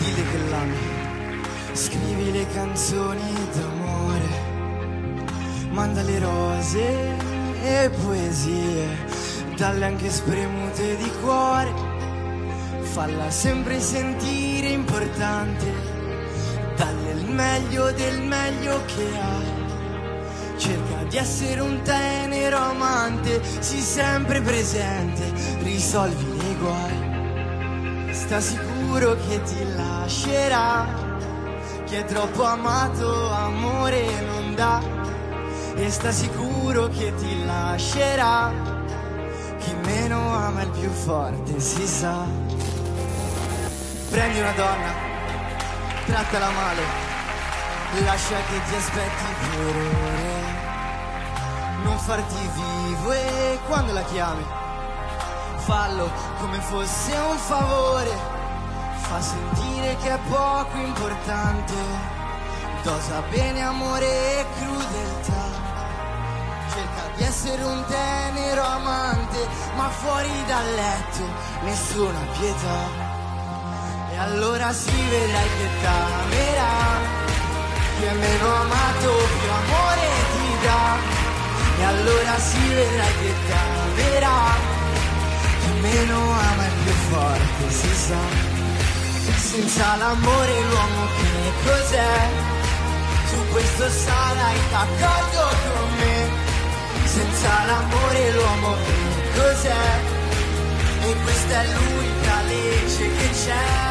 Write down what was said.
dille che l'ami, scrivi le canzoni d'amore, manda le rose e poesie, dalle anche spremute di cuore, falla sempre sentire importante, dalle il meglio del meglio che ha. Cerca di essere un tenero amante, sii sempre presente, risolvi i guai. Sta sicuro che ti lascerà, chi è troppo amato amore non dà. E sta sicuro che ti lascerà, chi meno ama il più forte si sa. Prendi una donna, trattala male, lascia che ti aspetti per ore, non farti vivo e quando la chiami fallo come fosse un favore, fa sentire che è poco importante, dosa bene amore e crudeltà, cerca di essere un tenero amante, ma fuori dal letto nessuna pietà. E allora si vedrai che t'amerà, chi è meno amato più amore ti dà. E allora si vedrai che t'amerà, chi meno ama il più forte si sa. Senza l'amore l'uomo che cos'è? Su questo sarai d'accordo con me. Senza l'amore l'uomo che cos'è? E questa è l'unica legge che c'è.